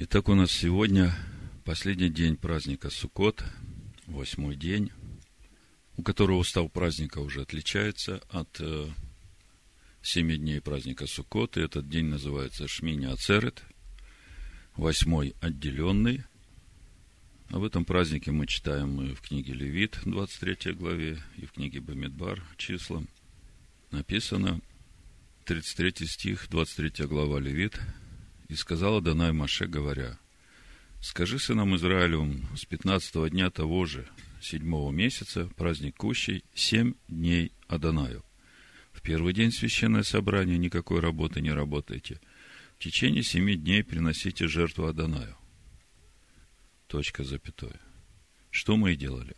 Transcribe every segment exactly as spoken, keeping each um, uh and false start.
Итак, у нас сегодня последний день праздника Суккот, восьмой день, у которого устав праздника уже отличается от э, семи дней праздника Суккот. И этот день называется Шмини Ацерет, восьмой отделенный. Об этом празднике мы читаем и в книге Левит, двадцать третьей главе, и в книге Бамидбар, числа. Написано, тридцать третий стих, двадцать третья глава Левит. «И сказал Адонай Моше, говоря: скажи сынам Израилевым, с пятнадцатого дня того же, седьмого месяца, праздник Кущей, семь дней Адонаю. В первый день священное собрание, никакой работы не работайте. В течение семи дней приносите жертву Адонаю». Точка, запятой. Что мы и делали.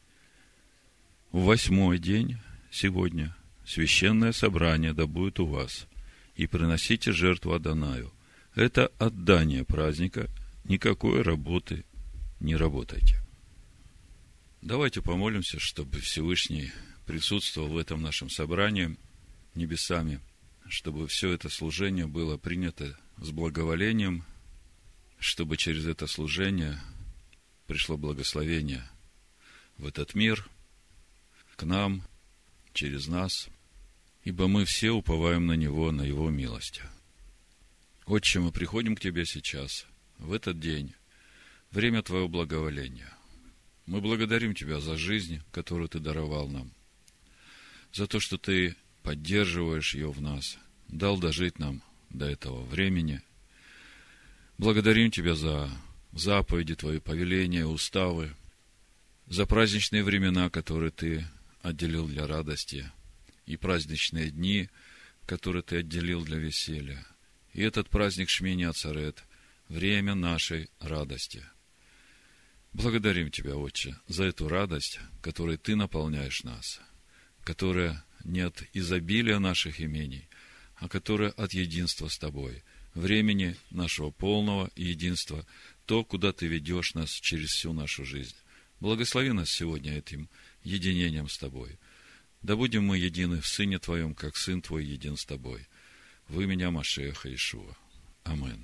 В восьмой день, сегодня, священное собрание да будет у вас, и приносите жертву Адонаю. Это отдание праздника, никакой работы не работайте. Давайте помолимся, чтобы Всевышний присутствовал в этом нашем собрании небесами, чтобы все это служение было принято с благоволением, чтобы через это служение пришло благословение в этот мир, к нам, через нас, ибо мы все уповаем на Него, на Его милость. Отче, мы приходим к Тебе сейчас, в этот день, время Твоего благоволения. Мы благодарим Тебя за жизнь, которую Ты даровал нам, за то, что Ты поддерживаешь ее в нас, дал дожить нам до этого времени. Благодарим Тебя за заповеди Твои, повеления, уставы, за праздничные времена, которые Ты отделил для радости, и праздничные дни, которые Ты отделил для веселья. И этот праздник Шмини Ацерет – время нашей радости. Благодарим Тебя, Отче, за эту радость, которой Ты наполняешь нас, которая не от изобилия наших имений, а которая от единства с Тобой, времени нашего полного единства, то, куда Ты ведешь нас через всю нашу жизнь. Благослови нас сегодня этим единением с Тобой. Да будем мы едины в Сыне Твоем, как Сын Твой един с Тобой. Во имя Машиаха Иешуа. Амин.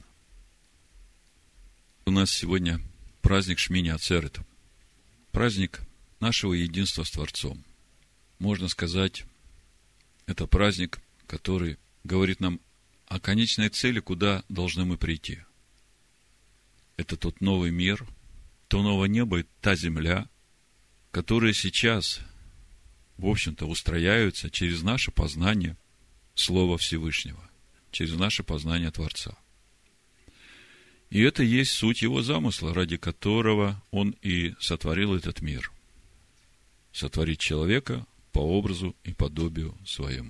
У нас сегодня праздник Шмини Ацерет. Праздник нашего единства с Творцом. Можно сказать, это праздник, который говорит нам о конечной цели, куда должны мы прийти. Это тот новый мир, то новое небо и та земля, которые сейчас, в общем-то, устрояются через наше познание Слова Всевышнего, через наше познание Творца. И это есть суть Его замысла, ради которого Он и сотворил этот мир. Сотворить человека по образу и подобию Своему.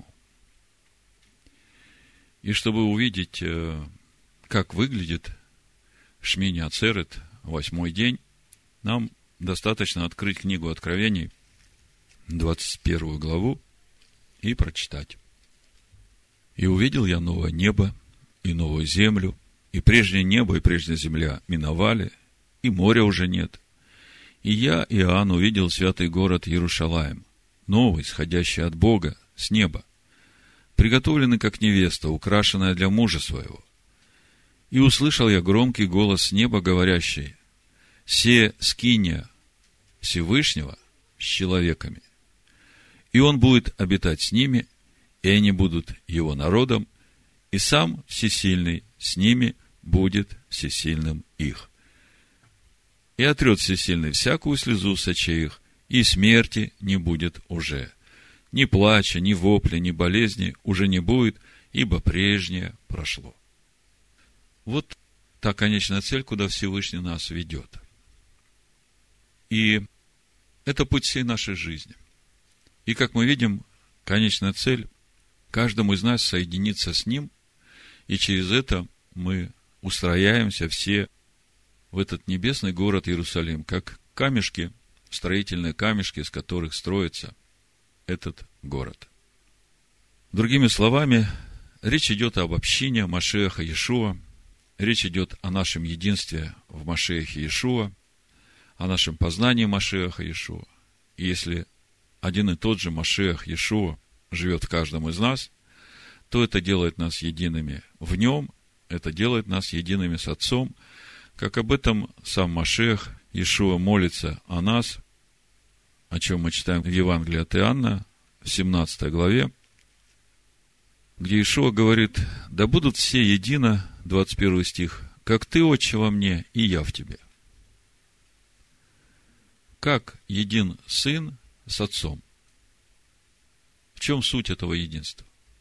И чтобы увидеть, как выглядит Шмини Ацерет, восьмой день, нам достаточно открыть книгу Откровений, двадцать первую главу, и прочитать. «И увидел я новое небо и новую землю, и прежнее небо и прежняя земля миновали, и моря уже нет. И я, Иоанн, увидел святый город Иерушалаим, новый, сходящий от Бога, с неба, приготовленный как невеста, украшенная для мужа своего. И услышал я громкий голос с неба, говорящий: се скиния Всевышнего с человеками, и он будет обитать с ними, и они будут его народом, и сам Всесильный с ними будет всесильным их. И отрет Всесильный всякую слезу с очей их, и смерти не будет уже. Ни плача, ни вопля, ни болезни уже не будет, ибо прежнее прошло». Вот та конечная цель, куда Всевышний нас ведет. И это путь всей нашей жизни. И, как мы видим, конечная цель – каждому из нас соединиться с Ним, и через это мы устрояемся все в этот небесный город Иерусалим, как камешки, строительные камешки, из которых строится этот город. Другими словами, речь идет об общине Машиаха Иешуа, речь идет о нашем единстве в Машиахе Иешуа, о нашем познании Машиаха Иешуа. И если один и тот же Машиах Иешуа живет в каждом из нас, то это делает нас едиными в Нем, это делает нас едиными с Отцом, как об этом сам Машиах, Иешуа, молится о нас, о чем мы читаем в Евангелии от Иоанна, в семнадцатой главе, где Иешуа говорит: «Да будут все едино», двадцать первый стих, «как Ты, Отче, во мне, и я в Тебе». Как един Сын с Отцом? В чем суть этого единства?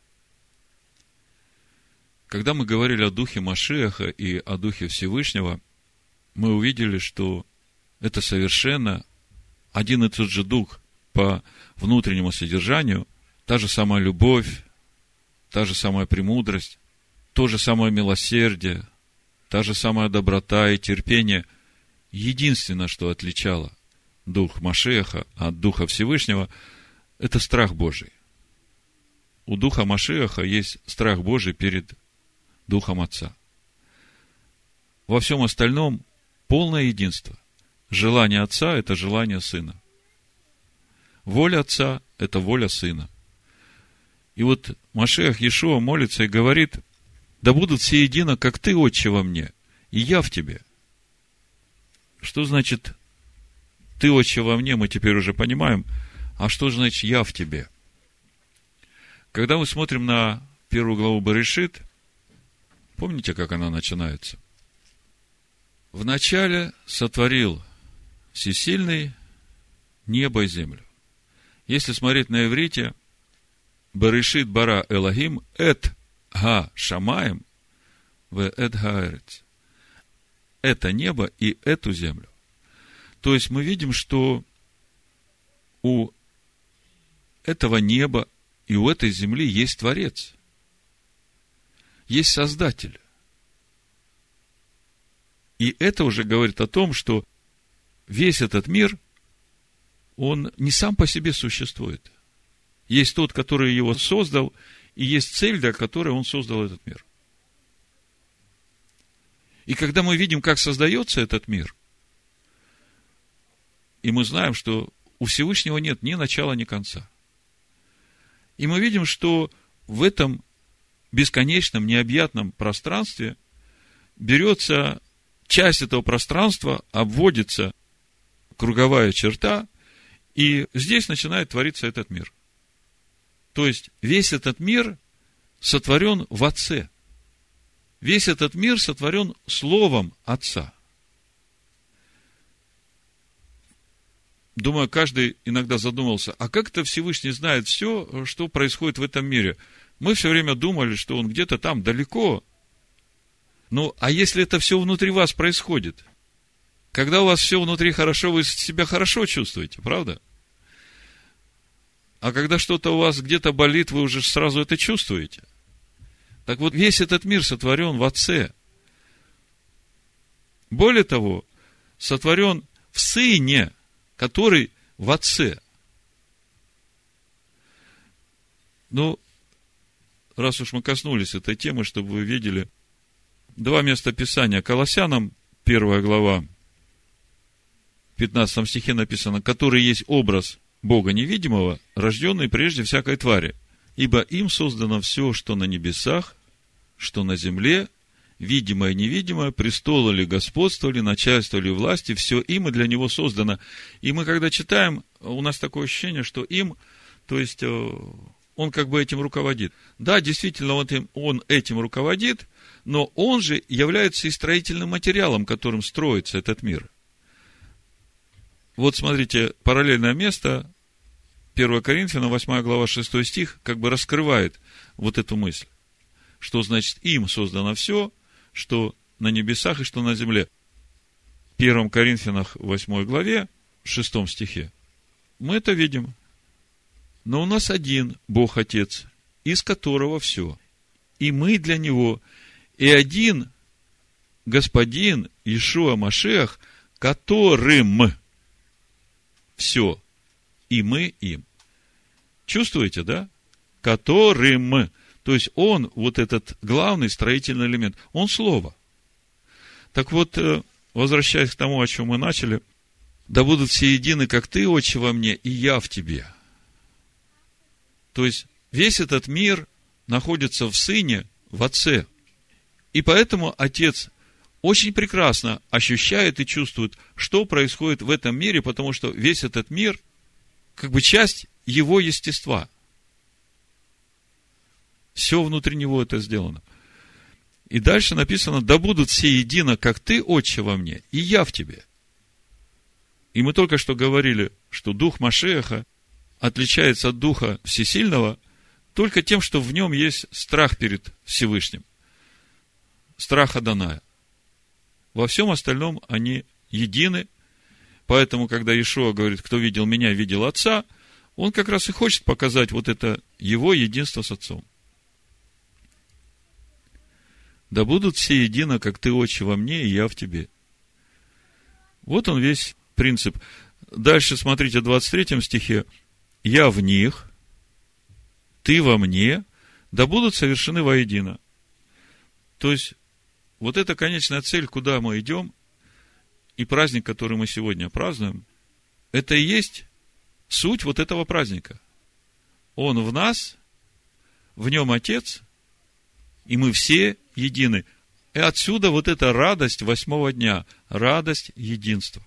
Когда мы говорили о Духе Машиаха и о Духе Всевышнего, мы увидели, что это совершенно один и тот же Дух по внутреннему содержанию, та же самая любовь, та же самая премудрость, то же самое милосердие, та же самая доброта и терпение. Единственное, что отличало Дух Машиаха от Духа Всевышнего, это страх Божий. У Духа Машиаха есть страх Божий перед Духом Отца. Во всем остальном полное единство. Желание Отца – это желание Сына. Воля Отца – это воля Сына. И вот Машиах Иешуа молится и говорит: «Да будут все едино, как Ты, Отче, во мне, и я в Тебе». Что значит «Ты, Отче, во мне», мы теперь уже понимаем. А что значит «я в Тебе»? Когда мы смотрим на первую главу Берешит, помните, как она начинается? «Вначале сотворил Всесильный небо и землю». Если смотреть на иврите, Берешит бара Элохим эт га шамаем в эт га эрец. Это небо и эту землю. То есть мы видим, что у этого неба и у этой земли есть Творец. Есть Создатель. И это уже говорит о том, что весь этот мир, он не сам по себе существует. Есть тот, который его создал, и есть цель, для которой он создал этот мир. И когда мы видим, как создается этот мир, и мы знаем, что у Всевышнего нет ни начала, ни конца. И мы видим, что в этом бесконечном, необъятном пространстве берется часть этого пространства, обводится круговая черта, и здесь начинает твориться этот мир. То есть, весь этот мир сотворен в Отце. Весь этот мир сотворен Словом Отца. Думаю, каждый иногда задумался, а как это Всевышний знает все, что происходит в этом мире? Мы все время думали, что он где-то там далеко. Ну, а если это все внутри вас происходит? Когда у вас все внутри хорошо, вы себя хорошо чувствуете, правда? А когда что-то у вас где-то болит, вы уже сразу это чувствуете. Так вот, весь этот мир сотворен в Отце. Более того, сотворен в Сыне, который в Отце. Ну, раз уж мы коснулись этой темы, чтобы вы видели, два места Писания. Колоссянам, первая глава, в пятнадцатом стихе написано: «Который есть образ Бога невидимого, рожденный прежде всякой твари. Ибо им создано все, что на небесах, что на земле, видимое и невидимое, престолы ли, господство ли, начальство ли, власти, все им и для него создано». И мы, когда читаем, у нас такое ощущение, что им, то есть, он как бы этим руководит. Да, действительно, он этим, он этим руководит, но он же является и строительным материалом, которым строится этот мир. Вот смотрите, параллельное место, первое Коринфянам, восьмая глава, шестой стих, как бы раскрывает вот эту мысль. Что значит им создано все, что на небесах и что на земле. В первом Коринфянах, восьмой главе, шестом стихе, мы это видим. Но у нас один Бог Отец, из которого все. И мы для Него. И один Господин Иешуа Машиах, которым все. И мы им. Чувствуете, да? Которым. То есть, он, вот этот главный строительный элемент, он Слово. Так вот, возвращаясь к тому, о чем мы начали, да будут все едины, как Ты, Отче, во мне, и я в Тебе. То есть, весь этот мир находится в Сыне, в Отце. И поэтому Отец, очень прекрасно ощущает и чувствует, что происходит в этом мире, потому что весь этот мир как бы часть его естества. Все внутри него это сделано. И дальше написано: да будут все едино, как ты, Отче, во мне, и я в тебе. И мы только что говорили, что дух Машиаха отличается от духа Всесильного только тем, что в нем есть страх перед Всевышним. Страх Адоная. Во всем остальном они едины. Поэтому, когда Иешуа говорит: кто видел меня, видел Отца, он как раз и хочет показать вот это его единство с Отцом. Да будут все едино, как ты, Отче, во мне, и я в тебе. Вот он весь принцип. Дальше смотрите, в двадцать третьем стихе. Я в них, ты во мне, да будут совершены воедино. То есть, вот это конечная цель, куда мы идем, и праздник, который мы сегодня празднуем, это и есть суть вот этого праздника. Он в нас, в нем Отец, и мы все едины. И отсюда вот эта радость восьмого дня, радость единства.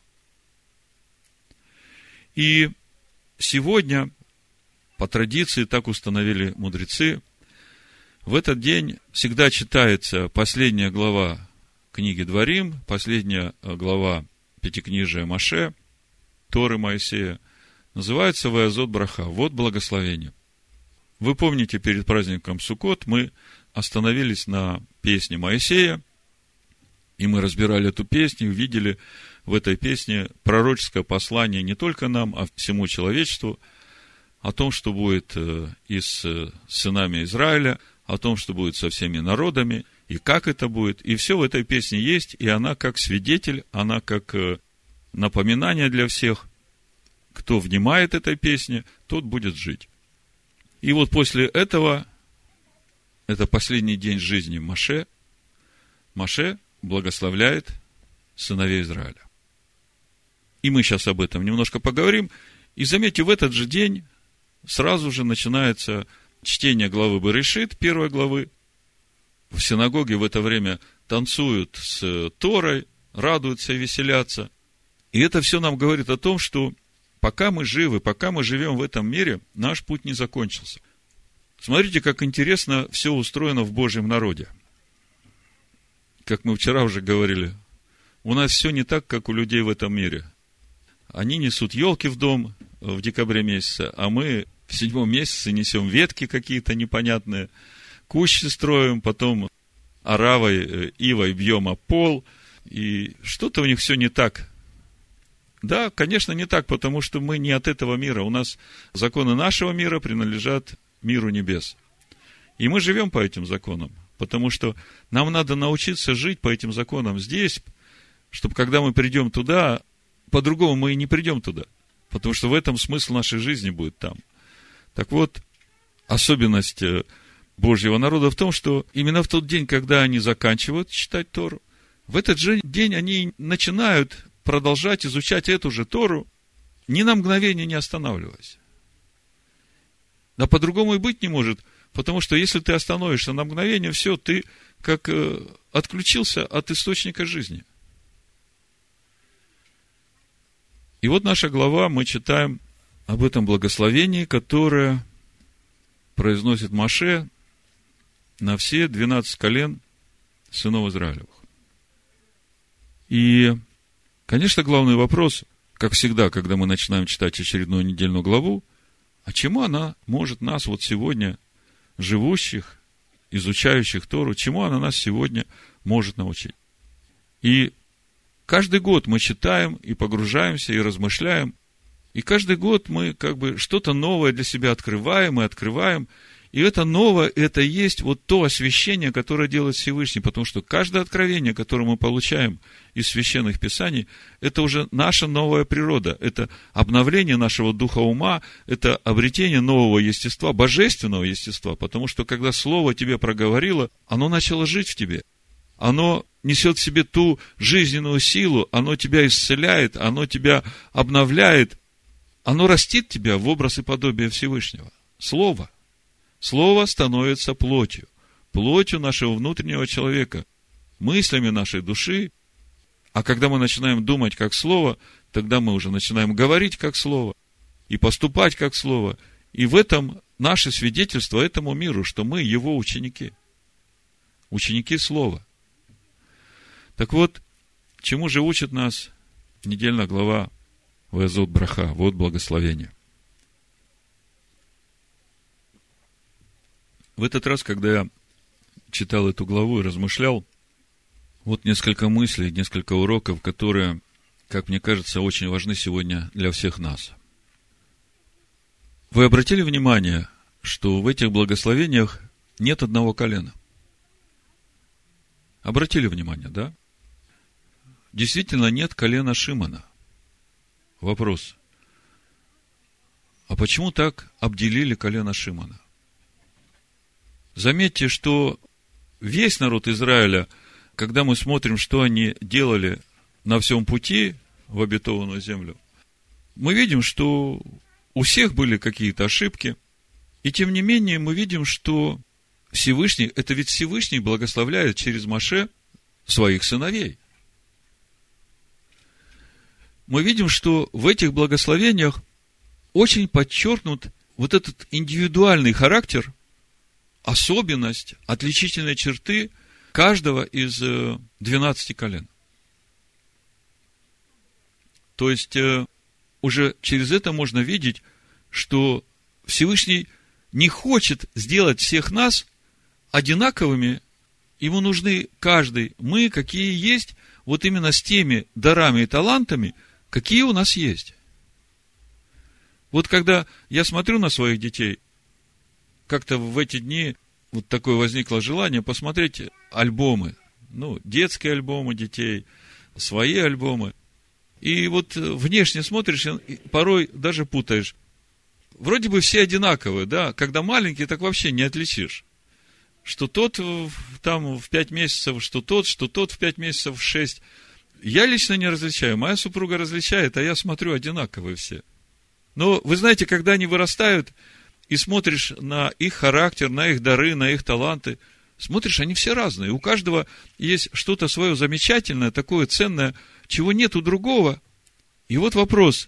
И сегодня, по традиции, так установили мудрецы, в этот день всегда читается последняя глава книги Дворим, последняя глава Пятикнижия Моше, Торы Моисея, называется Ваязот браха, вот благословение. Вы помните, перед праздником Суккот мы остановились на песне Моисея, и мы разбирали эту песню, видели в этой песне пророческое послание не только нам, а всему человечеству, о том, что будет и с сынами Израиля, о том, что будет со всеми народами, и как это будет. И все в этой песне есть, и она как свидетель, она как напоминание для всех. Кто внимает этой песне, тот будет жить. И вот после этого, это последний день жизни Моше, Моше благословляет сыновей Израиля. И мы сейчас об этом немножко поговорим. И заметьте, в этот же день сразу же начинается чтение главы Берешит, первой главы. В синагоге в это время танцуют с Торой, радуются и веселятся. И это все нам говорит о том, что пока мы живы, пока мы живем в этом мире, наш путь не закончился. Смотрите, как интересно все устроено в Божьем народе. Как мы вчера уже говорили, у нас все не так, как у людей в этом мире. Они несут елки в дом в декабре месяце, а мы в седьмом месяце несем ветки какие-то непонятные, кущи строим, потом оравой, ивой бьем о пол, и что-то у них все не так. Да, конечно, не так, потому что мы не от этого мира. У нас законы нашего мира принадлежат миру небес. И мы живем по этим законам, потому что нам надо научиться жить по этим законам здесь, чтобы когда мы придем туда, по-другому мы и не придем туда, потому что в этом смысл нашей жизни будет там. Так вот, особенность Божьего народа в том, что именно в тот день, когда они заканчивают читать Тору, в этот же день они начинают продолжать изучать эту же Тору, ни на мгновение не останавливаясь. Да по-другому и быть не может, потому что если ты остановишься на мгновение, все, ты как э, отключился от источника жизни. И вот наша глава, мы читаем об этом благословении, которое произносит Моше на все двенадцать колен сынов Израилевых. И, конечно, главный вопрос, как всегда, когда мы начинаем читать очередную недельную главу, а чему она может нас вот сегодня, живущих, изучающих Тору, чему она нас сегодня может научить? И каждый год мы читаем и погружаемся, и размышляем, и каждый год мы как бы что-то новое для себя открываем и открываем, и это новое, это есть вот то освящение, которое делает Всевышний, потому что каждое откровение, которое мы получаем из священных писаний, это уже наша новая природа, это обновление нашего духа ума, это обретение нового естества, божественного естества, потому что когда Слово тебе проговорило, оно начало жить в тебе, оно несет в себе ту жизненную силу, оно тебя исцеляет, оно тебя обновляет, оно растит тебя в образ и подобие Всевышнего. Слово. Слово становится плотью, плотью нашего внутреннего человека. мыслями нашей души. А когда мы начинаем думать как слово, тогда мы уже начинаем говорить как слово и поступать как слово. И в этом наше свидетельство этому миру, что мы его ученики. Ученики слова. Так вот, чему же учит нас недельная глава Ваязот Браха, вот благословение. В этот раз, когда я читал эту главу и размышлял, вот несколько мыслей, несколько уроков, которые, как мне кажется, очень важны сегодня для всех нас. Вы обратили внимание, что в этих благословениях нет одного колена? Обратили внимание, да? Действительно, нет колена Шимона. Вопрос. А почему так обделили колено Шимона? Заметьте, что весь народ Израиля, когда мы смотрим, что они делали на всем пути в обетованную землю, мы видим, что у всех были какие-то ошибки, и тем не менее мы видим, что Всевышний, это ведь Всевышний благословляет через Моше своих сыновей. Мы видим, что в этих благословениях очень подчеркнут вот этот индивидуальный характер, особенность, отличительные черты каждого из двенадцати колен. То есть, уже через это можно видеть, что Всевышний не хочет сделать всех нас одинаковыми. Ему нужны каждый, мы, какие есть, вот именно с теми дарами и талантами, какие у нас есть. Вот когда я смотрю на своих детей, как-то в эти дни вот такое возникло желание посмотреть альбомы, ну, детские альбомы детей, свои альбомы. И вот внешне смотришь, и порой даже путаешь. Вроде бы все одинаковые, да, когда маленькие, так вообще не отличишь. Что тот там в пять месяцев, что тот, что тот в пять месяцев, в шесть. Я лично не различаю, моя супруга различает, а я смотрю, одинаковые все. Но вы знаете, когда они вырастают, и смотришь на их характер, на их дары, на их таланты, смотришь, они все разные. У каждого есть что-то свое замечательное, такое ценное, чего нет у другого. И вот вопрос,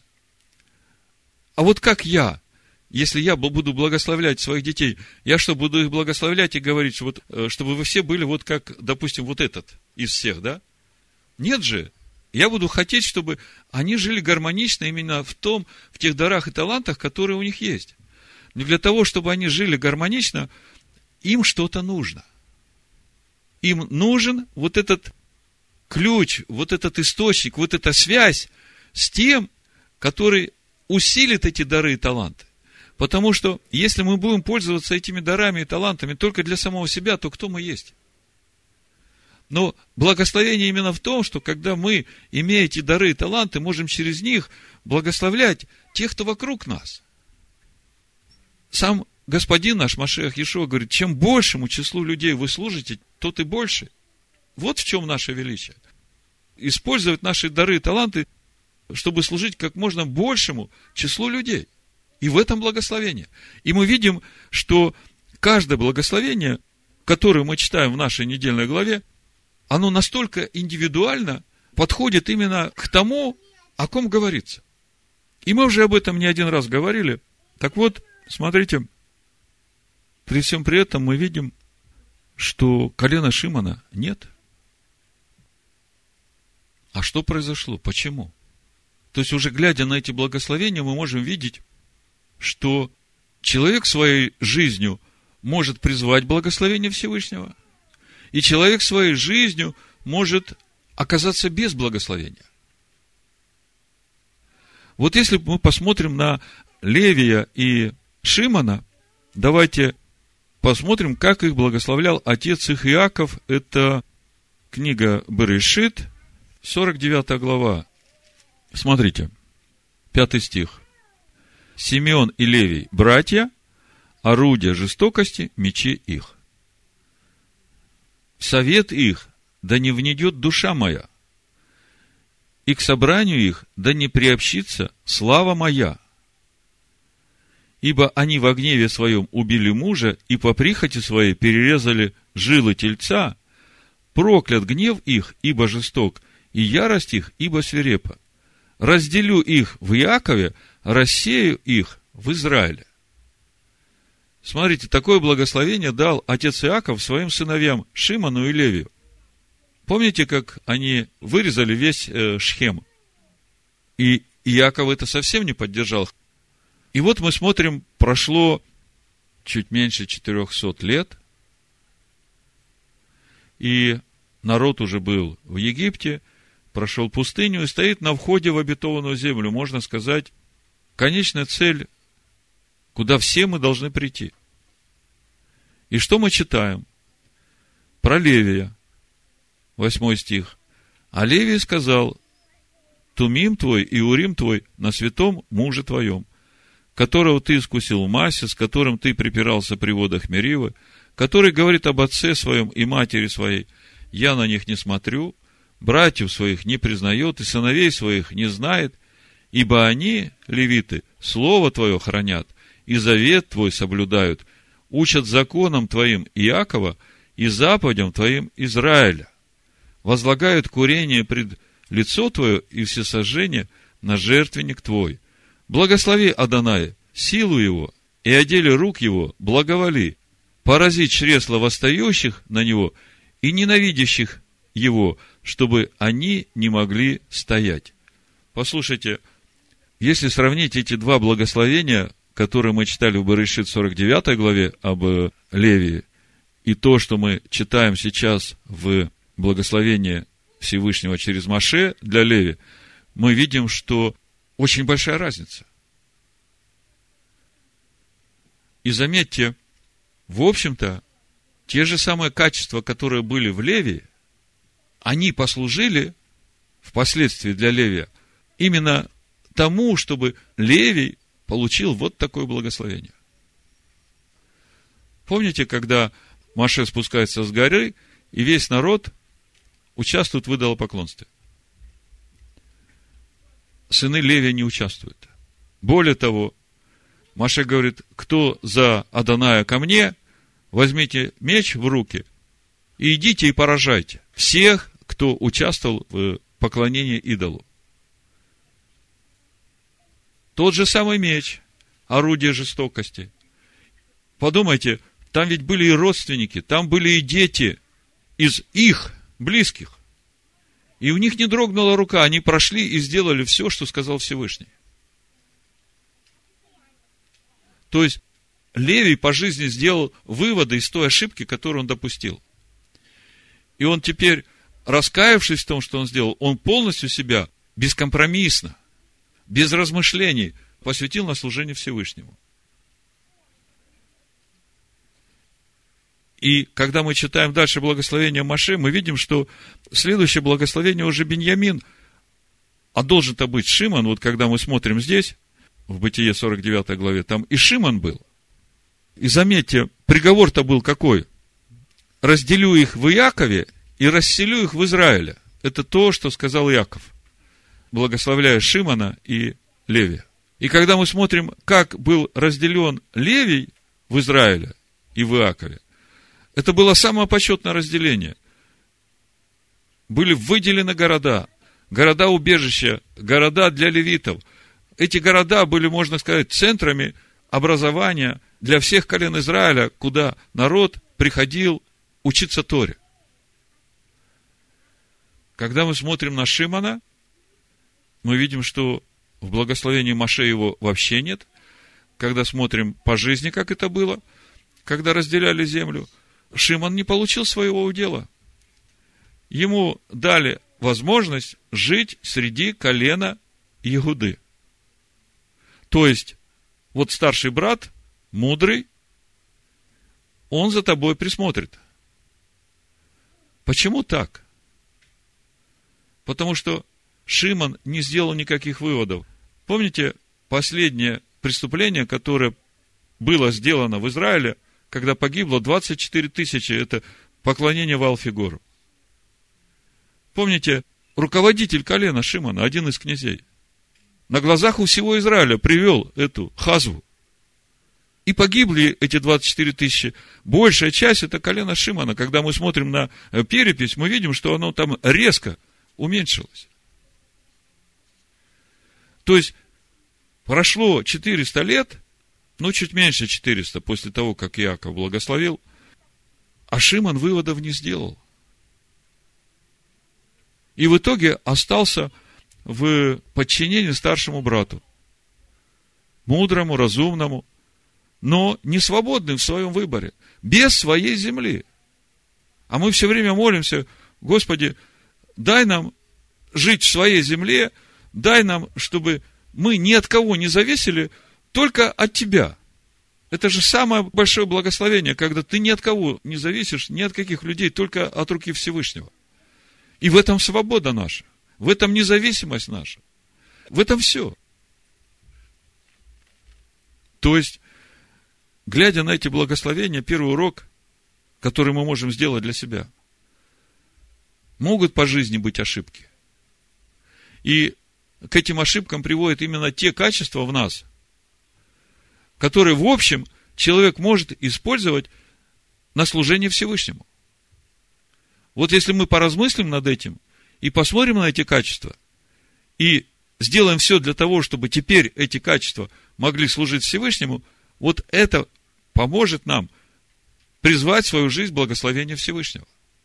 а вот как я, если я буду благословлять своих детей, я что, буду их благословлять и говорить, что вот, чтобы вы все были вот как, допустим, вот этот из всех, да? Нет же. Я буду хотеть, чтобы они жили гармонично именно в том, в тех дарах и талантах, которые у них есть. Но для того, чтобы они жили гармонично, им что-то нужно. Им нужен вот этот ключ, вот этот источник, вот эта связь с тем, который усилит эти дары и таланты. Потому что, если мы будем пользоваться этими дарами и талантами только для самого себя, то кто мы есть? Но благословение именно в том, что когда мы, имея эти дары и таланты, можем через них благословлять тех, кто вокруг нас. Сам Господин наш Машиах Иешуа говорит, чем большему числу людей вы служите, тот и больше. Вот в чем наше величие. Использовать наши дары и таланты, чтобы служить как можно большему числу людей. И в этом благословение. И мы видим, что каждое благословение, которое мы читаем в нашей недельной главе, оно настолько индивидуально подходит именно к тому, о ком говорится. И мы уже об этом не один раз говорили. Так вот, смотрите, при всем при этом мы видим, что колена Шимона нет. А что произошло? Почему? То есть, уже глядя на эти благословения, мы можем видеть, что человек своей жизнью может призвать благословение Всевышнего, и человек своей жизнью может оказаться без благословения. Вот если мы посмотрим на Левия и Шимона, давайте посмотрим, как их благословлял отец их Иаков. Это книга Берешит, сорок девятая глава. Смотрите, пятый стих. Симеон и Левий – братья, орудия жестокости – мечи их. В совет их да не внедет душа моя, и к собранию их да не приобщится слава моя. Ибо они во гневе своем убили мужа и по прихоти своей перерезали жилы тельца, проклят гнев их, ибо жесток, и ярость их, ибо свирепа. Разделю их в Иакове, рассею их в Израиле. Смотрите, такое благословение дал отец Иаков своим сыновьям Шимону и Левию. Помните, как они вырезали весь э, Шхем? И Иаков это совсем не поддержал. И вот мы смотрим, прошло чуть меньше четырехсот лет, и народ уже был в Египте, прошел пустыню и стоит на входе в обетованную землю. Можно сказать, конечная цель, куда все мы должны прийти. И что мы читаем? Про Левия, восьмой стих. А Левий сказал: Тумим твой и Урим твой на святом муже твоем, которого ты искусил в массе, с которым ты припирался при водах Меривы, который говорит об отце своем и матери своей: я на них не смотрю, братьев своих не признает и сыновей своих не знает, ибо они, левиты, слово твое хранят и завет твой соблюдают, учат законам твоим Иакова и заповедям твоим Израиля, возлагают курение пред лицо твое и всесожжение на жертвенник твой. Благослови Адонай силу его и о деле рук его благоволи, порази чресла восстающих на него и ненавидящих его, чтобы они не могли стоять. Послушайте, если сравнить эти два благословения, которые мы читали в Берешит сорок девятой главе об Левии, и то, что мы читаем сейчас в благословении Всевышнего через Моше для Леви, мы видим, что очень большая разница. И заметьте, в общем-то, те же самые качества, которые были в Левии, они послужили впоследствии для Левия именно тому, чтобы Левий получил вот такое благословение. Помните, когда Моше спускается с горы, и весь народ участвует в идолопоклонстве? Сыны Левия не участвуют. Более того, Моше говорит: кто за Адоная ко мне, возьмите меч в руки и идите и поражайте всех, кто участвовал в поклонении идолу. Тот же самый меч, орудие жестокости. Подумайте, там ведь были и родственники, там были и дети из их близких. И у них не дрогнула рука, они прошли и сделали все, что сказал Всевышний. То есть, Левий по жизни сделал выводы из той ошибки, которую он допустил. И он теперь, раскаявшись в том, что он сделал, он полностью себя бескомпромиссно, без размышлений посвятил на служение Всевышнему. И когда мы читаем дальше благословение Моше, мы видим, что следующее благословение уже Биньямин, а должен-то быть Шимон. Вот когда мы смотрим здесь, в Бытие сорок девятой главе, там и Шимон был. И заметьте, приговор-то был какой? Разделю их в Иакове и расселю их в Израиле. Это то, что сказал Иаков, благословляя Шимона и Левия. И когда мы смотрим, как был разделен Левий в Израиле и в Иакове, это было самое почетное разделение. Были выделены города, города-убежища, города для левитов. Эти города были, можно сказать, центрами образования для всех колен Израиля, куда народ приходил учиться Торе. Когда мы смотрим на Шимона, мы видим, что в благословении Моше его вообще нет. Когда смотрим по жизни, как это было, когда разделяли землю, Шимон не получил своего удела. Ему дали возможность жить среди колена Иуды. То есть, вот старший брат, мудрый, он за тобой присмотрит. Почему так? Потому что Шимон не сделал никаких выводов. Помните, последнее преступление, которое было сделано в Израиле, когда погибло двадцать четыре тысячи, это поклонение Ваал-Фигору. Помните, руководитель колена Шимона, один из князей, на глазах у всего Израиля привел эту хазву. И погибли эти двадцать четыре тысячи. Большая часть – это колено Шимона. Когда мы смотрим на перепись, мы видим, что оно там резко уменьшилось. То есть, прошло четыреста лет, ну, чуть меньше четыреста, после того, как Иаков благословил, а Шимон выводов не сделал. И в итоге остался в подчинении старшему брату. Мудрому, разумному, но не свободным в своем выборе. Без своей земли. А мы все время молимся: Господи, дай нам жить в своей земле, дай нам, чтобы мы ни от кого не зависели, только от Тебя. Это же самое большое благословение, когда ты ни от кого не зависишь, ни от каких людей, только от руки Всевышнего. И в этом свобода наша, в этом независимость наша, в этом все. То есть, глядя на эти благословения, первый урок, который мы можем сделать для себя: могут по жизни быть ошибки. И к этим ошибкам приводят именно те качества в нас, которые, в общем, человек может использовать на служение Всевышнему. Вот если мы поразмыслим над этим и посмотрим на эти качества, и сделаем все для того, чтобы теперь эти качества могли служить Всевышнему, вот это поможет нам призвать в свою жизнь благословение Всевышнего.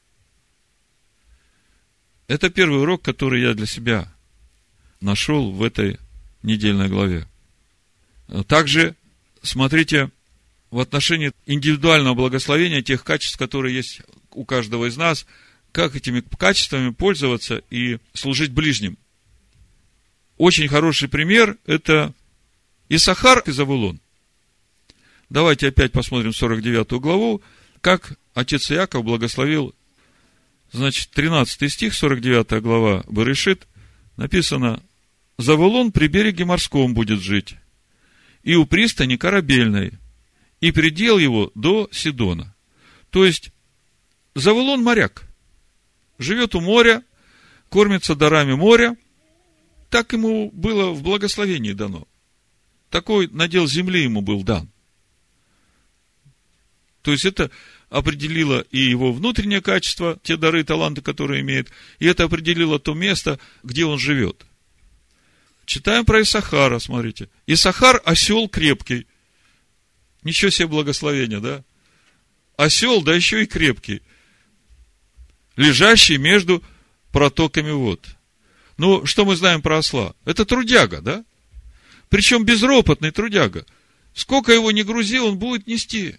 Это первый урок, который я для себя нашел в этой недельной главе. Также, смотрите, в отношении индивидуального благословения, тех качеств, которые есть у каждого из нас, как этими качествами пользоваться и служить ближним. Очень хороший пример – это Иссахар и Завулон. Давайте опять посмотрим сорок девятую главу, как отец Иаков благословил. Значит, тринадцатый стих, сорок девятая глава Берешит, написано: «Завулон при береге морском будет жить, и у пристани корабельной, и предел его до Сидона». То есть, Завулон моряк, живет у моря, кормится дарами моря, так ему было в благословении дано. Такой надел земли ему был дан. То есть, это определило и его внутреннее качество, те дары и таланты, которые имеет, и это определило то место, где он живет. Читаем про Иссахара, смотрите. Иссахар – осел крепкий. Ничего себе благословение, да? Осел, да еще и крепкий. Лежащий между протоками вод. Ну, что мы знаем про осла? Это трудяга, да? Причем безропотный трудяга. Сколько его ни грузи, он будет нести.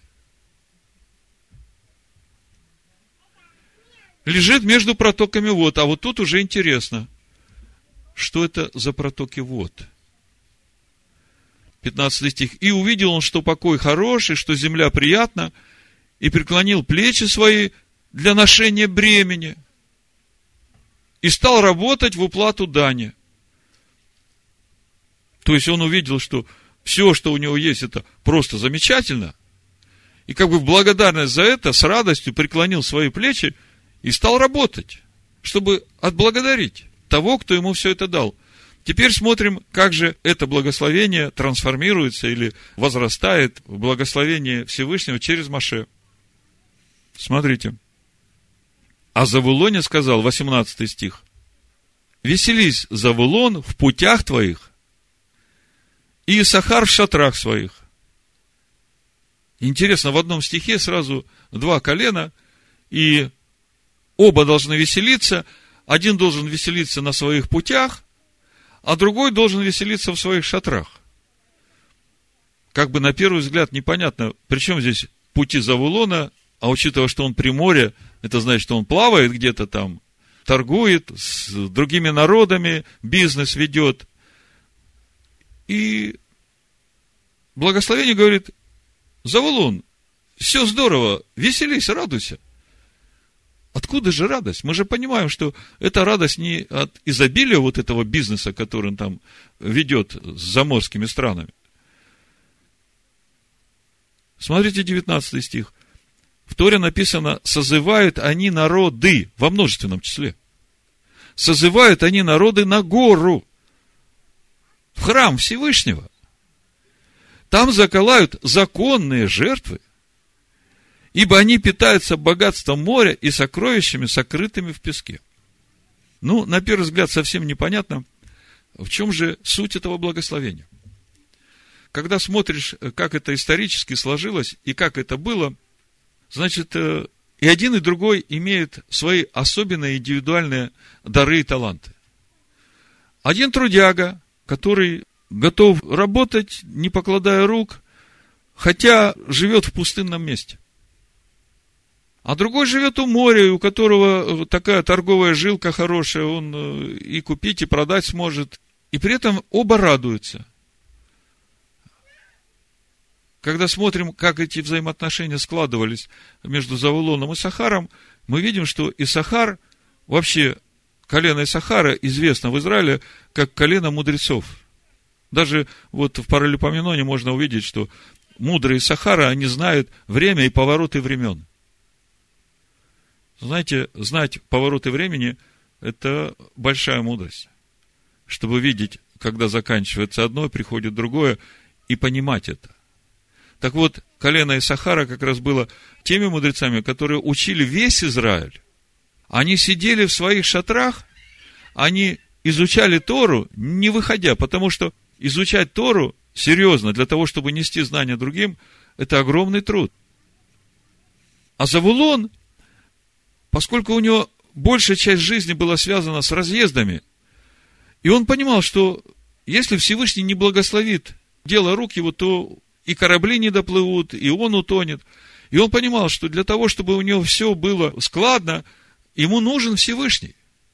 Лежит между протоками вод. А вот тут уже интересно. Что это за протоки вод? пятнадцатый стих. «И увидел он, что покой хороший, что земля приятна, и преклонил плечи свои для ношения бремени, и стал работать в уплату дани». То есть, он увидел, что все, что у него есть, это просто замечательно, и как бы в благодарность за это с радостью преклонил свои плечи и стал работать, чтобы отблагодарить того, кто ему все это дал. Теперь смотрим, как же это благословение трансформируется или возрастает в благословение Всевышнего через Моше. Смотрите. А Завулоне сказал, восемнадцатый стих: «Веселись, Завулон, в путях твоих, и Иссахар в шатрах своих». Интересно, в одном стихе сразу два колена, и оба должны веселиться. Один должен веселиться на своих путях, а другой должен веселиться в своих шатрах. Как бы на первый взгляд непонятно, при чем здесь пути Завулона, а учитывая, что он при море, это значит, что он плавает где-то там, торгует с другими народами, бизнес ведет. И благословение говорит: Завулон, все здорово, веселись, радуйся. Откуда же радость? Мы же понимаем, что это радость не от изобилия вот этого бизнеса, который он там ведет с заморскими странами. Смотрите, девятнадцатый стих. В Торе написано: созывают они народы, во множественном числе. Созывают они народы на гору, в храм Всевышнего. Там заколают законные жертвы, ибо они питаются богатством моря и сокровищами, сокрытыми в песке. Ну, на первый взгляд, совсем непонятно, в чем же суть этого благословения. Когда смотришь, как это исторически сложилось и как это было, значит, и один, и другой имеют свои особенные индивидуальные дары и таланты. Один трудяга, который готов работать, не покладая рук, хотя живет в пустынном месте. А другой живет у моря, у которого такая торговая жилка хорошая, он и купить, и продать сможет. И при этом оба радуются. Когда смотрим, как эти взаимоотношения складывались между Завулоном и Исахаром, мы видим, что Исахар, вообще колено Исахара известно в Израиле как колено мудрецов. Даже вот в Паралипоменоне можно увидеть, что мудрые Исахара, они знают время и повороты времен. Знаете, знать повороты времени – это большая мудрость. Чтобы видеть, когда заканчивается одно, приходит другое, и понимать это. Так вот, колено Исахара как раз было теми мудрецами, которые учили весь Израиль. Они сидели в своих шатрах, они изучали Тору, не выходя, потому что изучать Тору серьезно, для того, чтобы нести знания другим, это огромный труд. А Завулон, поскольку у него большая часть жизни была связана с разъездами, и он понимал, что если Всевышний не благословит дело рук его, то и корабли не доплывут, и он утонет. И он понимал, что для того, чтобы у него все было складно, ему нужен Всевышний.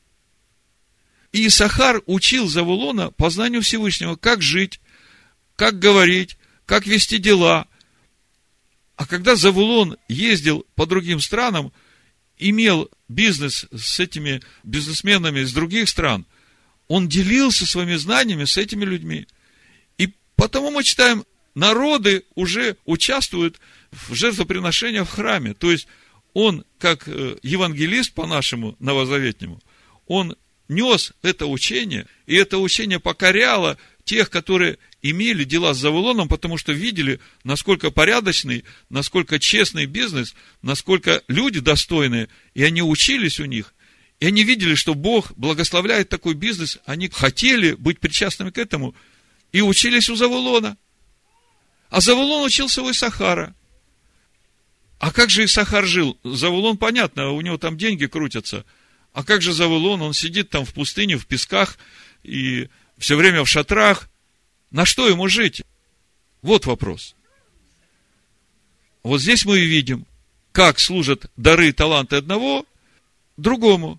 И Исахар учил Завулона познанию Всевышнего, как жить, как говорить, как вести дела. А когда Завулон ездил по другим странам, имел бизнес с этими бизнесменами из других стран, он делился своими знаниями с этими людьми. И потому мы читаем, народы уже участвуют в жертвоприношениях в храме. То есть, он, как евангелист по-нашему новозаветнему, он нес это учение, и это учение покоряло тех, которые имели дела с Завулоном, потому что видели, насколько порядочный, насколько честный бизнес, насколько люди достойные, и они учились у них, и они видели, что Бог благословляет такой бизнес, они хотели быть причастными к этому, и учились у Завулона. А Завулон учился у Исахара. А как же Исахар жил? Завулон, понятно, у него там деньги крутятся. А как же Завулон? Он сидит там в пустыне, в песках, и все время в шатрах. На что ему жить? Вот вопрос. Вот здесь мы и видим, как служат дары и таланты одного другому.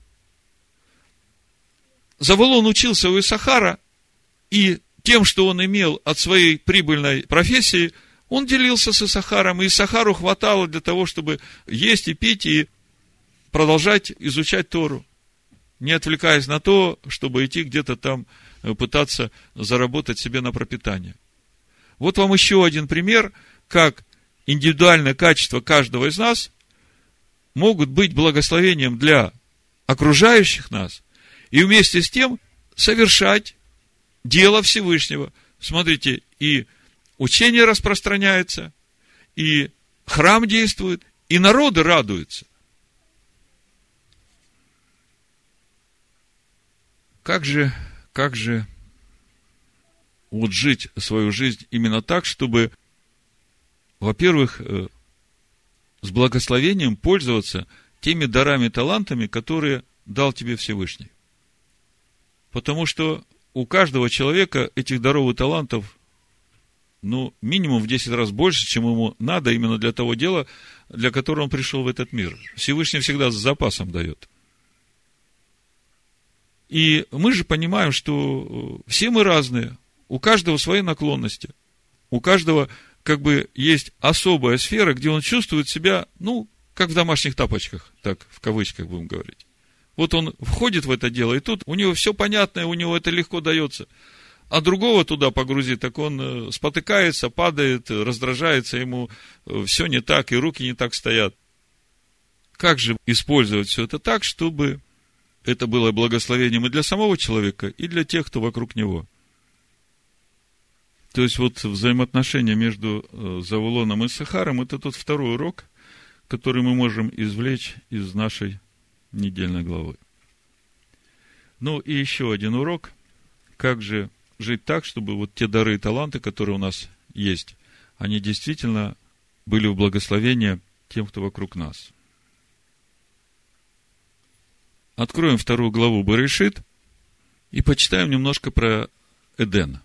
Завулон учился у Исахара, и тем, что он имел от своей прибыльной профессии, он делился с Исахаром, и Исахару хватало для того, чтобы есть и пить, и продолжать изучать Тору, не отвлекаясь на то, чтобы идти где-то там пытаться заработать себе на пропитание. Вот вам еще один пример, как индивидуальное качество каждого из нас могут быть благословением для окружающих нас, и вместе с тем совершать дело Всевышнего. Смотрите, и учение распространяется, и храм действует, и народы радуются. Как же, как же вот жить свою жизнь именно так, чтобы, во-первых, с благословением пользоваться теми дарами, талантами, которые дал тебе Всевышний. Потому что у каждого человека этих даров и талантов, ну, минимум в десять раз больше, чем ему надо именно для того дела, для которого он пришел в этот мир. Всевышний всегда с запасом дает. И мы же понимаем, что все мы разные, у каждого свои наклонности, у каждого как бы есть особая сфера, где он чувствует себя, ну, как в домашних тапочках, так, в кавычках будем говорить. Вот он входит в это дело, и тут у него все понятное, у него это легко дается. А другого туда погрузить, так он спотыкается, падает, раздражается, ему все не так, и руки не так стоят. Как же использовать все это так, чтобы это было благословением и для самого человека, и для тех, кто вокруг него? То есть, вот взаимоотношения между Завулоном и Исахаром – это тот второй урок, который мы можем извлечь из нашей недельной главы. Ну, и еще один урок. Как же жить так, чтобы вот те дары и таланты, которые у нас есть, они действительно были в благословение тем, кто вокруг нас. Откроем вторую главу Берешит и почитаем немножко про Эден.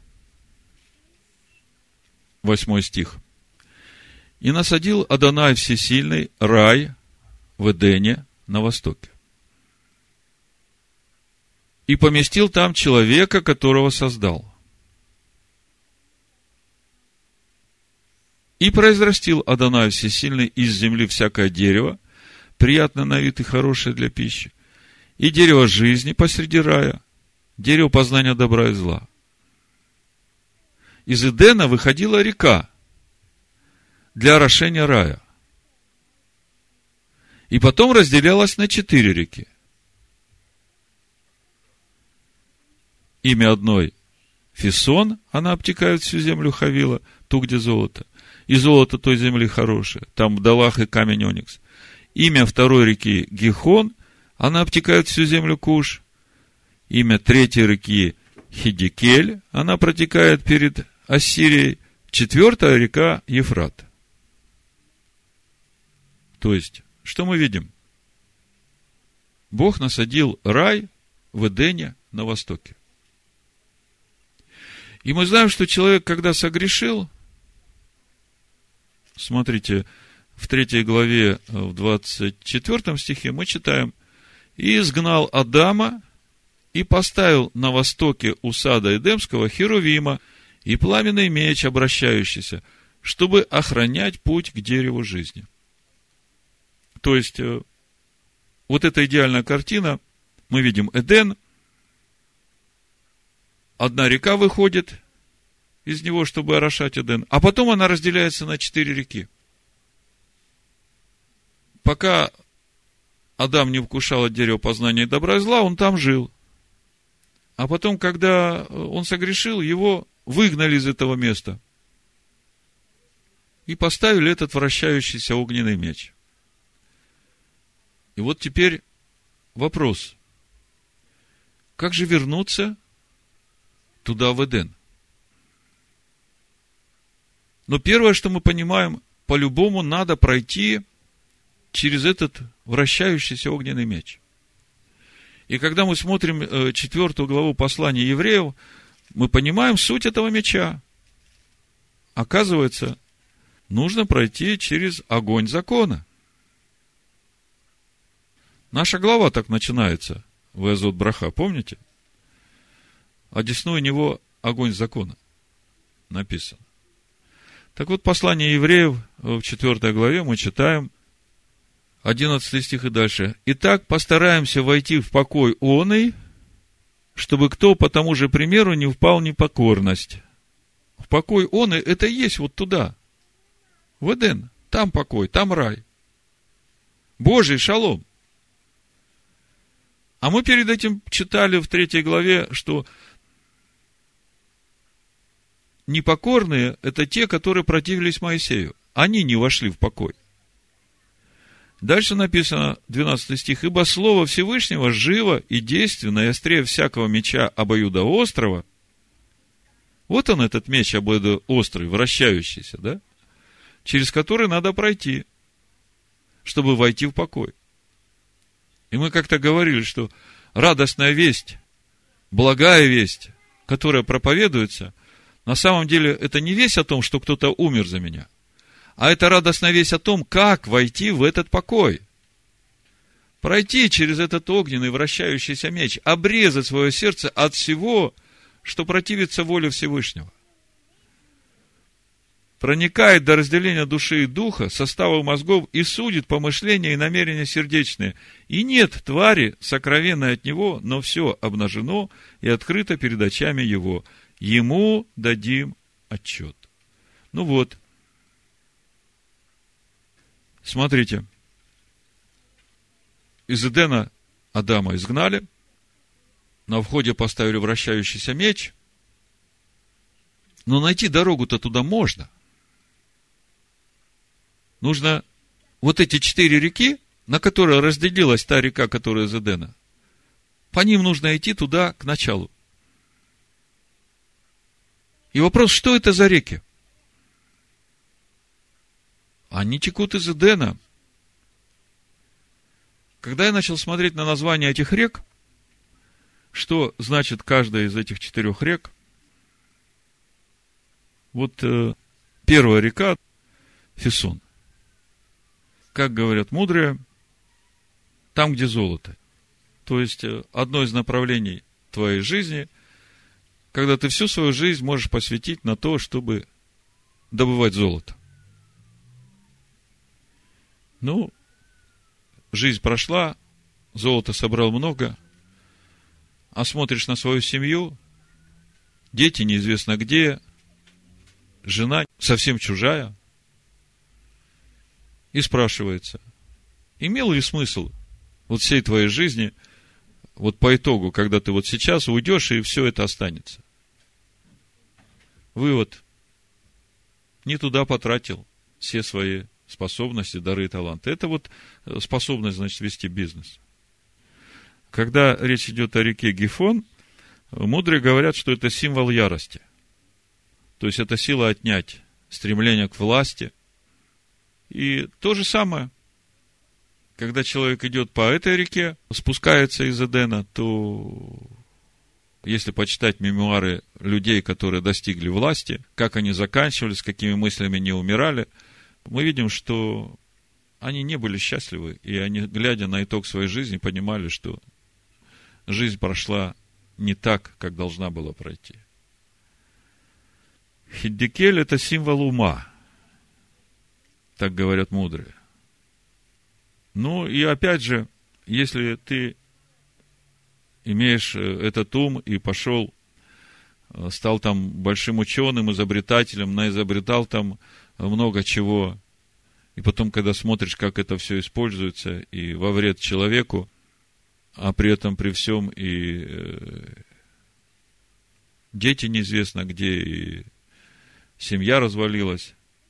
Восьмой стих. «И насадил Адонай Всесильный рай в Эдене на востоке. И поместил там человека, которого создал. И произрастил Адонай Всесильный из земли всякое дерево, приятное на вид и хорошее для пищи, и дерево жизни посреди рая, дерево познания добра и зла. Из Эдена выходила река для орошения рая. И потом разделялась на четыре реки. Имя одной – Фисон, она обтекает всю землю Хавила, ту, где золото. И золото той земли хорошее, там Бдалах и камень оникс. Имя второй реки – Гихон, она обтекает всю землю Куш. Имя третьей реки – Хидикель, она протекает перед Ассирией. Четвертая река – Ефрат. То есть, что мы видим? Бог насадил рай в Эдене на востоке. И мы знаем, что человек, когда согрешил, смотрите, в третьей главе, в двадцать четвёртом стихе мы читаем: «И изгнал Адама, и поставил на востоке у сада Эдемского херувима и пламенный меч, обращающийся, чтобы охранять путь к дереву жизни». То есть, вот эта идеальная картина, мы видим Эден, одна река выходит из него, чтобы орошать Эден, а потом она разделяется на четыре реки. Пока Адам не вкушал от дерева познания добра и зла, он там жил. А потом, когда он согрешил, его выгнали из этого места и поставили этот вращающийся огненный меч. И вот теперь вопрос: как же вернуться туда, в Эден? Но первое, что мы понимаем, по-любому надо пройти через этот вращающийся огненный меч. И когда мы смотрим четвертую главу послания евреев, мы понимаем суть этого меча. Оказывается, нужно пройти через огонь закона. Наша глава так начинается, в Эзот Браха, помните? Одесную него огонь закона написано. Так вот, послание евреев в четвёртой главе мы читаем одиннадцатый стих и дальше. «Итак, постараемся войти в покой оный, чтобы кто по тому же примеру не впал в непокорность». В покой оный – это и есть вот туда, в Эден. Там покой, там рай. Божий шалом. А мы перед этим читали в третьей главе, что непокорные – это те, которые противились Моисею. Они не вошли в покой. Дальше написано, двенадцатый стих: «Ибо слово Всевышнего живо и действенно, и острее всякого меча обоюдоострого». Вот он, этот меч обоюдоострый, вращающийся, да? Через который надо пройти, чтобы войти в покой. И мы как-то говорили, что радостная весть, благая весть, которая проповедуется, на самом деле это не весть о том, что кто-то умер за меня, а это радостная весть о том, как войти в этот покой. Пройти через этот огненный вращающийся меч, обрезать свое сердце от всего, что противится воле Всевышнего. Проникает до разделения души и духа, состава мозгов, и судит помышления и намерения сердечные. И нет твари, сокровенной от него, но все обнажено и открыто перед очами его. Ему дадим отчет. Ну вот. Смотрите. Из Эдена Адама изгнали, на входе поставили вращающийся меч, Но найти дорогу-то туда можно. Нужно вот эти четыре реки, на которые разделилась та река, которая из Эдена, по ним нужно идти туда, к началу. И вопрос, что это за реки? Они текут из Эдена. Когда я начал смотреть на названия этих рек, что значит каждая из этих четырех рек, вот э, первая река Фисон. Как говорят мудрые, там, где золото. То есть, э, одно из направлений твоей жизни, когда ты всю свою жизнь можешь посвятить на то, чтобы добывать золото. Ну, жизнь прошла, золота собрал много, а смотришь на свою семью, дети неизвестно где, жена совсем чужая, и спрашивается, имел ли смысл вот всей твоей жизни, вот по итогу, когда ты вот сейчас уйдешь, и все это останется? Вывод: не туда потратил все свои способности, дары и таланты. Это вот способность, значит, вести бизнес. Когда речь идет о реке Гифон, мудрые говорят, что это символ ярости. То есть, это сила отнять, стремление к власти. И то же самое, когда человек идет по этой реке, спускается из Эдена, то, если почитать мемуары людей, которые достигли власти, как они заканчивали, с какими мыслями они умирали, мы видим, что они не были счастливы, и они, глядя на итог своей жизни, понимали, что жизнь прошла не так, как должна была пройти. Хиддикель – это символ ума, так говорят мудрые. Ну, и опять же, если ты имеешь этот ум и пошел, стал там большим ученым, изобретателем, наизобретал там много чего, и потом, когда смотришь, как это все используется, и во вред человеку, а при этом, при всем, и дети неизвестно где, и семья развалилась,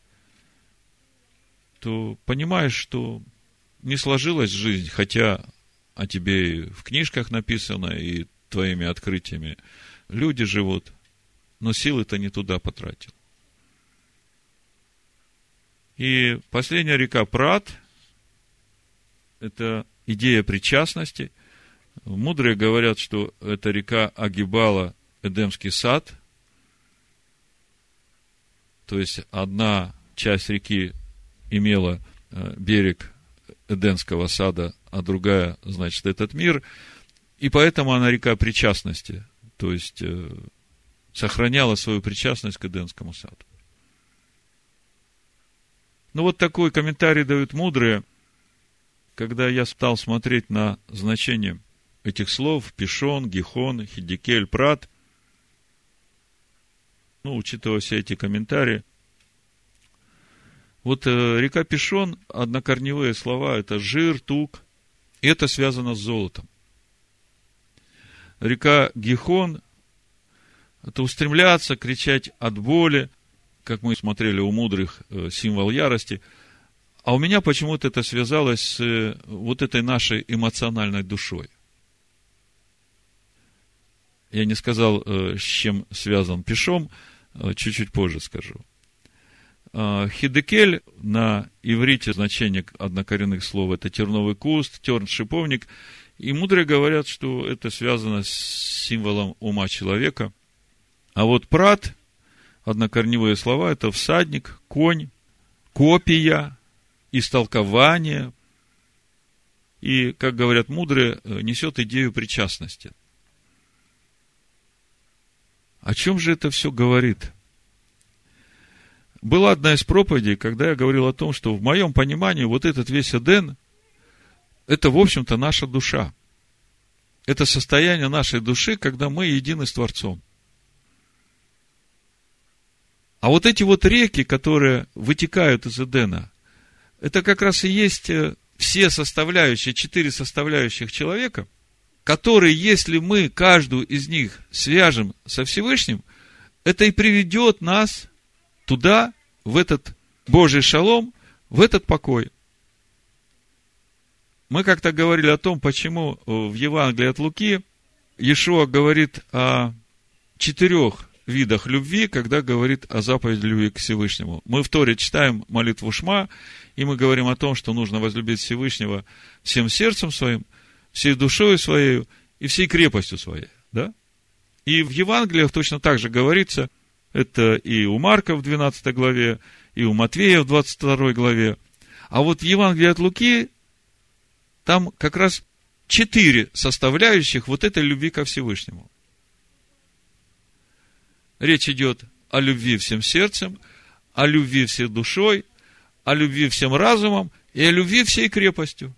то понимаешь, что не сложилась жизнь, хотя о тебе и в книжках написано, и твоими открытиями люди живут, но силы-то не туда потратил. И последняя река Прат – это идея причастности. Мудрые говорят, что эта река огибала Эдемский сад, то есть одна часть реки имела берег Эдемского сада, а другая, значит, этот мир, и поэтому она река причастности, то есть сохраняла свою причастность к Эдемскому саду. Ну, вот такой комментарий дают мудрые, когда я стал смотреть на значение этих слов: Пишон, Гихон, Хиддикель, Прат. Ну, учитывая все эти комментарии, вот э, река Пишон, однокорневые слова, это жир, тук, и это связано с золотом. Река Гихон, это устремляться, кричать от боли, как мы смотрели у мудрых, символ ярости. А у меня почему-то это связалось с вот этой нашей эмоциональной душой. Я не сказал, с чем связан Пишом, чуть-чуть позже скажу. Хиддикель на иврите значение однокоренных слов — это терновый куст, терн, шиповник. И мудрые говорят, что это связано с символом ума человека. А вот Прат, однокорневые слова, это всадник, конь, копия, истолкование. И, как говорят мудрые, несет идею причастности. О чем же это все говорит? Была одна из проповедей, когда я говорил о том, что в моем понимании вот этот весь Эден – это, в общем-то, наша душа. Это состояние нашей души, когда мы едины с Творцом. А вот эти вот реки, которые вытекают из Эдена, это как раз и есть все составляющие, четыре составляющих человека, которые, если мы каждую из них свяжем со Всевышним, это и приведет нас туда, в этот Божий шалом, в этот покой. Мы как-то говорили о том, почему в Евангелии от Луки Иешуа говорит о четырех видах любви, когда говорит о заповеди любви к Всевышнему. Мы в Торе читаем молитву Шма, и мы говорим о том, что нужно возлюбить Всевышнего всем сердцем своим, всей душою своей и всей крепостью своей. Да? И в Евангелиях точно так же говорится, это и у Марка в двенадцатой главе, и у Матвея в двадцать второй главе. А вот в Евангелии от Луки там как раз четыре составляющих вот этой любви ко Всевышнему. Речь идет о любви всем сердцем, о любви всей душой, о любви всем разумом и о любви всей крепостью.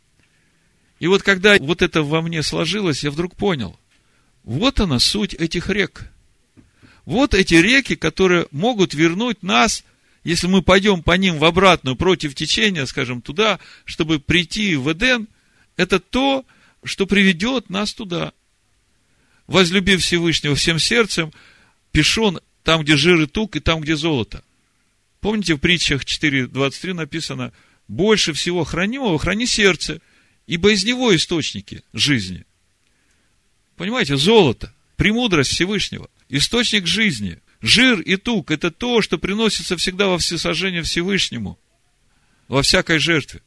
И вот когда вот это во мне сложилось, я вдруг понял, вот она суть этих рек. Вот эти реки, которые могут вернуть нас, если мы пойдем по ним в обратную, против течения, скажем, туда, чтобы прийти в Эдем, это то, что приведет нас туда. Возлюбив Всевышнего всем сердцем, пишон там, где жир и тук, и там, где золото. Помните, в притчах четыре двадцать три написано, больше всего хранимого храни сердце, ибо из него источники жизни. Понимаете, золото, премудрость Всевышнего, источник жизни. Жир и тук – это то, что приносится всегда во всесожжение Всевышнему, во всякой жертве.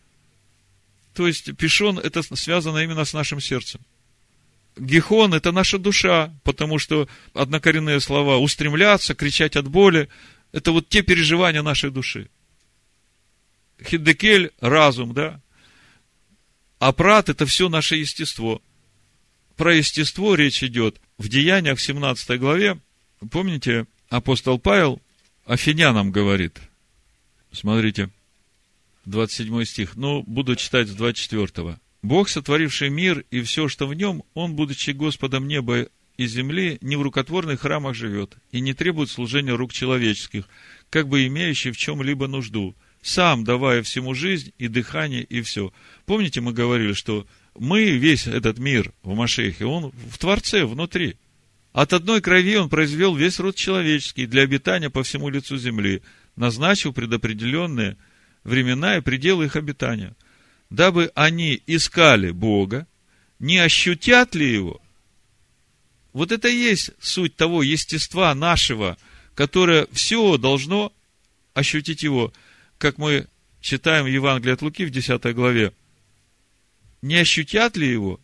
То есть, пишон – это связано именно с нашим сердцем. Гихон – это наша душа, потому что однокоренные слова «устремляться», «кричать от боли» – это вот те переживания нашей души. Хиддекель – разум, да? А прат – это все наше естество. Про естество речь идет в Деяниях в семнадцатой главе. Помните, апостол Павел Афинянам говорит, смотрите, двадцать седьмой стих, ну, буду читать с двадцать четвёртого. «Бог, сотворивший мир и все, что в нем, Он, будучи Господом неба и земли, не в рукотворных храмах живет и не требует служения рук человеческих, как бы имеющий в чем-либо нужду, сам давая всему жизнь и дыхание и все». Помните, мы говорили, что мы, весь этот мир в Машиахе, он в Творце, внутри. От одной крови он произвел весь род человеческий для обитания по всему лицу земли, назначив предопределенные времена и пределы их обитания, дабы они искали Бога, не ощутят ли Его. Вот это и есть суть того естества нашего, которое все должно ощутить Его, как мы читаем в Евангелии от Луки в десятой главе. Не ощутят ли Его?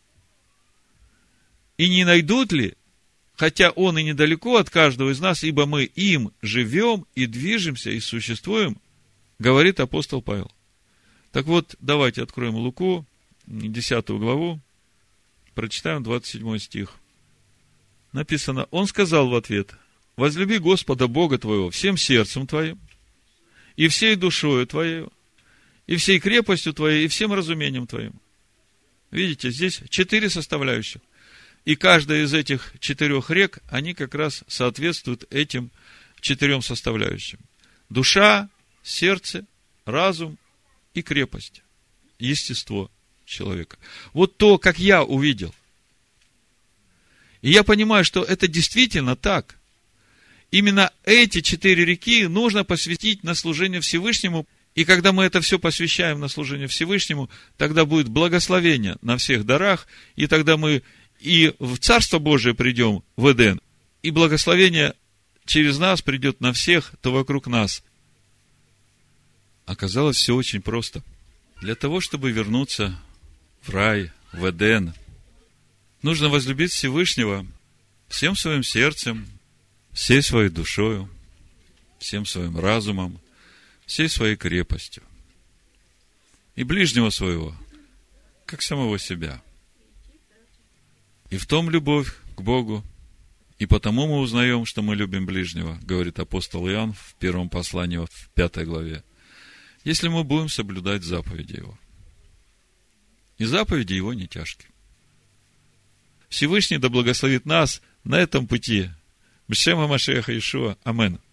И не найдут ли? Хотя Он и недалеко от каждого из нас, ибо мы им живем и движемся и существуем, говорит апостол Павел. Так вот, давайте откроем Луку, десятую главу, прочитаем двадцать седьмой стих. Написано, Он сказал в ответ, возлюби Господа Бога твоего всем сердцем твоим, и всей душою твоей, и всей крепостью твоей, и всем разумением твоим. Видите, здесь четыре составляющих. И каждая из этих четырех рек, они как раз соответствуют этим четырем составляющим. Душа, сердце, разум и крепость. Естество человека. Вот то, как я увидел. И я понимаю, что это действительно так. Именно эти четыре реки нужно посвятить на служение Всевышнему. И когда мы это все посвящаем на служение Всевышнему, тогда будет благословение на всех дарах, и тогда мы и в Царство Божие придем, в Эдем, и благословение через нас придет на всех, то вокруг нас. Оказалось, все очень просто. Для того, чтобы вернуться в рай, в Эдем, нужно возлюбить Всевышнего всем своим сердцем, всей своей душою, всем своим разумом, всей своей крепостью. И ближнего своего, как самого себя. И в том любовь к Богу, и потому мы узнаем, что мы любим ближнего, говорит апостол Иоанн в первом послании, в пятой главе, если мы будем соблюдать заповеди Его. И заповеди Его не тяжкие. Всевышний да благословит нас на этом пути. Б'шем ха-Машиаха Иешуа. Амен.